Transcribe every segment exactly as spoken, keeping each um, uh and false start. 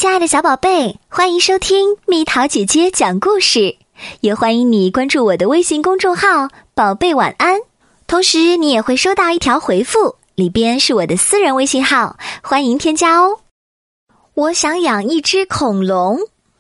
亲爱的小宝贝，欢迎收听蜜桃姐姐讲故事，也欢迎你关注我的微信公众号宝贝晚安。同时你也会收到一条回复，里边是我的私人微信号，欢迎添加哦。我想养一只恐龙。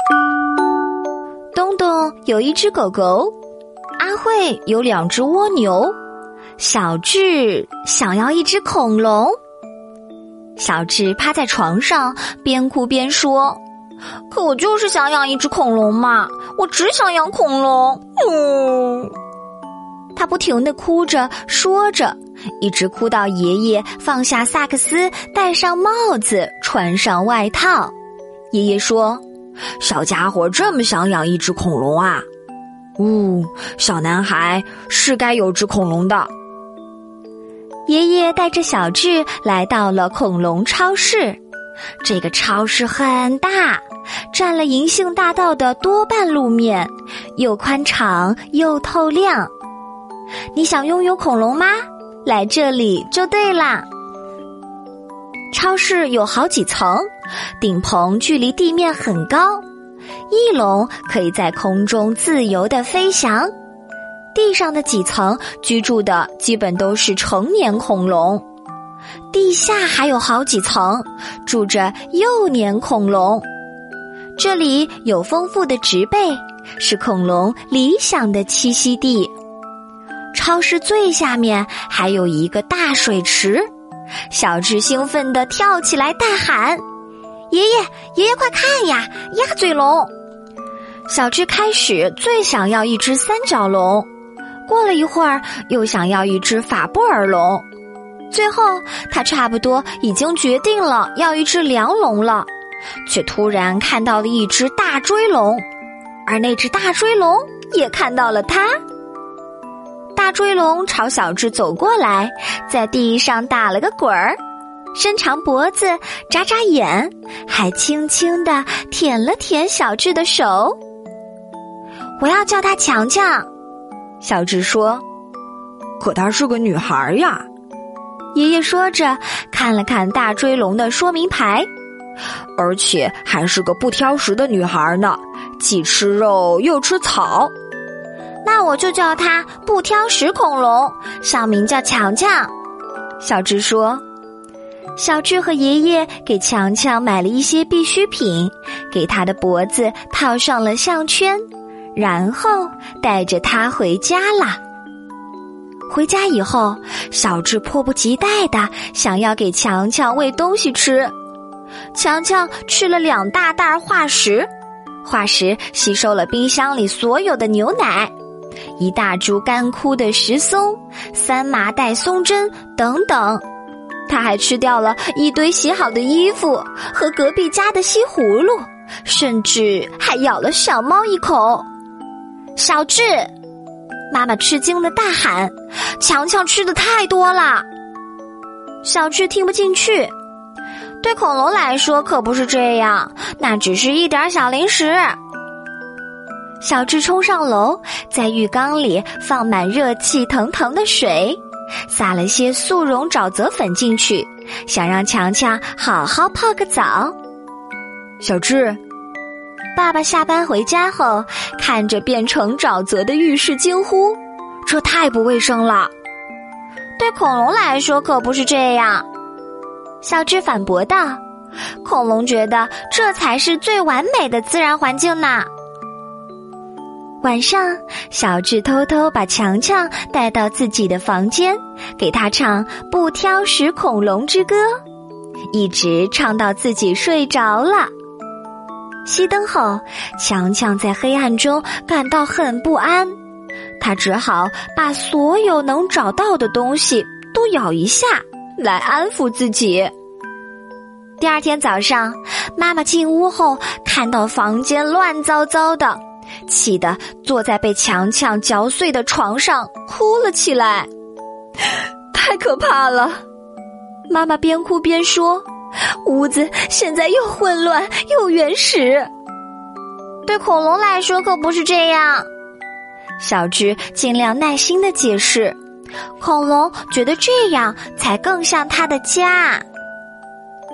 东东有一只狗狗，阿慧有两只蜗牛，小智想要一只恐龙。小智趴在床上边哭边说，可我就是想养一只恐龙嘛，我只想养恐龙。嗯，他不停地哭着说着，一直哭到爷爷放下萨克斯，戴上帽子，穿上外套。爷爷说，小家伙这么想养一只恐龙啊？呜、哦，小男孩是该有只恐龙的。爷爷带着小智来到了恐龙超市，这个超市很大，占了银杏大道的多半路面，又宽敞又透亮。你想拥有恐龙吗？来这里就对啦。超市有好几层，顶棚距离地面很高，翼龙可以在空中自由地飞翔。地上的几层居住的基本都是成年恐龙，地下还有好几层住着幼年恐龙。这里有丰富的植被，是恐龙理想的栖息地。超市最下面还有一个大水池，小智兴奋地跳起来大喊，爷爷爷爷快看呀，鸭嘴龙。小智开始最想要一只三角龙，过了一会儿又想要一只法布尔龙，最后他差不多已经决定了要一只梁龙了，却突然看到了一只大追龙，而那只大追龙也看到了他。大追龙朝小智走过来，在地上打了个滚儿，伸长脖子，眨眨眼，还轻轻地舔了舔小智的手。我要叫她强强，小智说。可她是个女孩呀。爷爷说着看了看大追龙的说明牌，而且还是个不挑食的女孩呢，既吃肉又吃草。那我就叫她不挑食恐龙，小名叫强强，小智说。小智和爷爷给强强买了一些必需品，给他的脖子套上了项圈，然后带着他回家了。回家以后，小智迫不及待地想要给强强喂东西吃。强强吃了两大袋化石，化石吸收了冰箱里所有的牛奶，一大株干枯的石松，三麻袋松针等等。他还吃掉了一堆洗好的衣服和隔壁家的西葫芦，甚至还咬了小猫一口。小智，妈妈吃惊地大喊，强强吃的太多了。小智听不进去，对恐龙来说可不是这样，那只是一点小零食。小智冲上楼，在浴缸里放满热气腾腾的水，撒了些速溶沼泽粉进去，想让强强好好泡个澡。小智，爸爸下班回家后，看着变成沼泽的浴室惊呼，这太不卫生了。对恐龙来说可不是这样，小智反驳道，恐龙觉得这才是最完美的自然环境呢。晚上，小智偷偷把强强带到自己的房间，给他唱不挑食恐龙之歌，一直唱到自己睡着了。熄灯后，强强在黑暗中感到很不安，他只好把所有能找到的东西都咬一下，来安抚自己。第二天早上，妈妈进屋后看到房间乱糟糟的，气得坐在被强强嚼碎的床上哭了起来。太可怕了，妈妈边哭边说，屋子现在又混乱又原始。对恐龙来说可不是这样，小智尽量耐心地解释，恐龙觉得这样才更像他的家。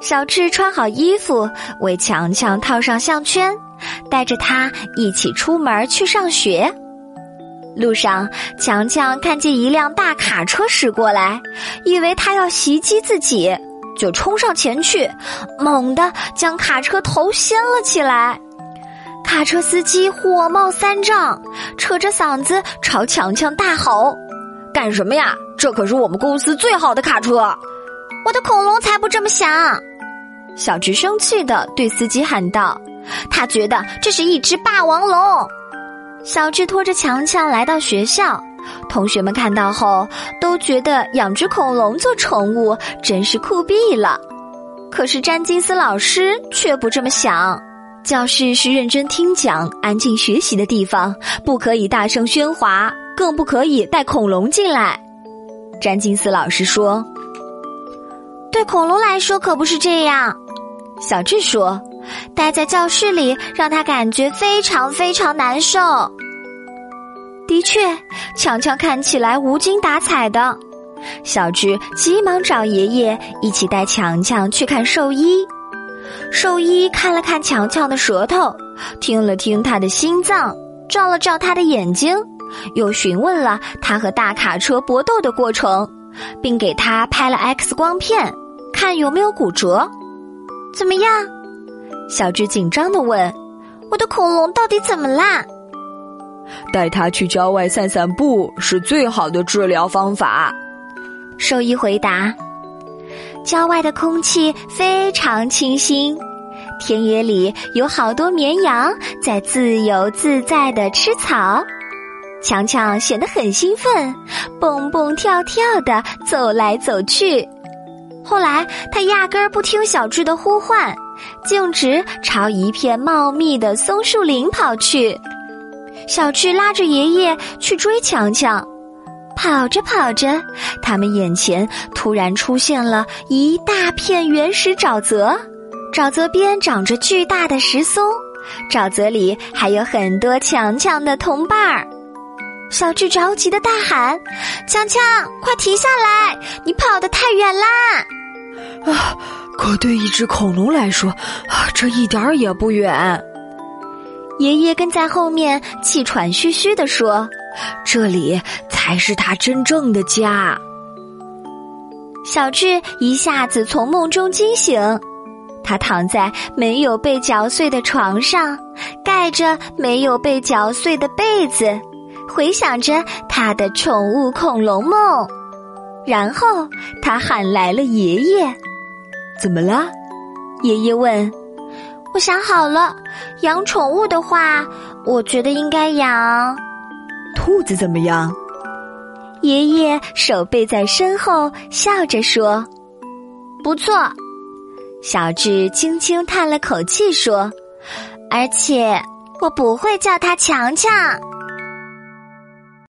小智穿好衣服，为强强套上项圈，带着他一起出门去上学。路上，强强看见一辆大卡车驶过来，以为他要袭击自己，就冲上前去，猛地将卡车头掀了起来。卡车司机火冒三丈，扯着嗓子朝强强大吼：“干什么呀？这可是我们公司最好的卡车！”我的恐龙才不这么想！小智生气地对司机喊道，他觉得这是一只霸王龙。小智拖着强强来到学校，同学们看到后都觉得养只恐龙做宠物真是酷毙了。可是詹金斯老师却不这么想，教室是认真听讲、安静学习的地方，不可以大声喧哗，更不可以带恐龙进来。詹金斯老师说，对恐龙来说可不是这样。小智说，待在教室里让他感觉非常非常难受。的确，强强看起来无精打采的。小智急忙找爷爷一起带强强去看兽医。兽医看了看强强的舌头，听了听他的心脏，照了照他的眼睛，又询问了他和大卡车搏斗的过程，并给他拍了 X 光片，看有没有骨折。怎么样？小智紧张地问，我的恐龙到底怎么啦？ 带它去郊外散散步是最好的治疗方法。 兽医回答。郊外的空气非常清新，田野里有好多绵羊在自由自在地吃草。强强显得很兴奋，蹦蹦跳跳地走来走去。后来他压根儿不听小智的呼唤，径直朝一片茂密的松树林跑去。小智拉着爷爷去追强强，跑着跑着，他们眼前突然出现了一大片原始沼泽，沼泽边长着巨大的石松，沼泽里还有很多强强的同伴儿。小智着急地大喊，强强，快停下来，你跑得太远啦！ 啊，可对一只恐龙来说，啊，这一点儿也不远。 爷爷跟在后面气喘吁吁地说， 这里才是他真正的家。 小智一下子从梦中惊醒，他躺在没有被嚼碎的床上，盖着没有被嚼碎的被子，回想着他的宠物恐龙梦。然后他喊来了爷爷。 怎么了？ 爷爷问。我想好了，养宠物的话，我觉得应该养兔子怎么样？ 爷爷手背在身后，笑着说：“不错。”小智轻轻叹了口气说：“而且我不会叫它强强。”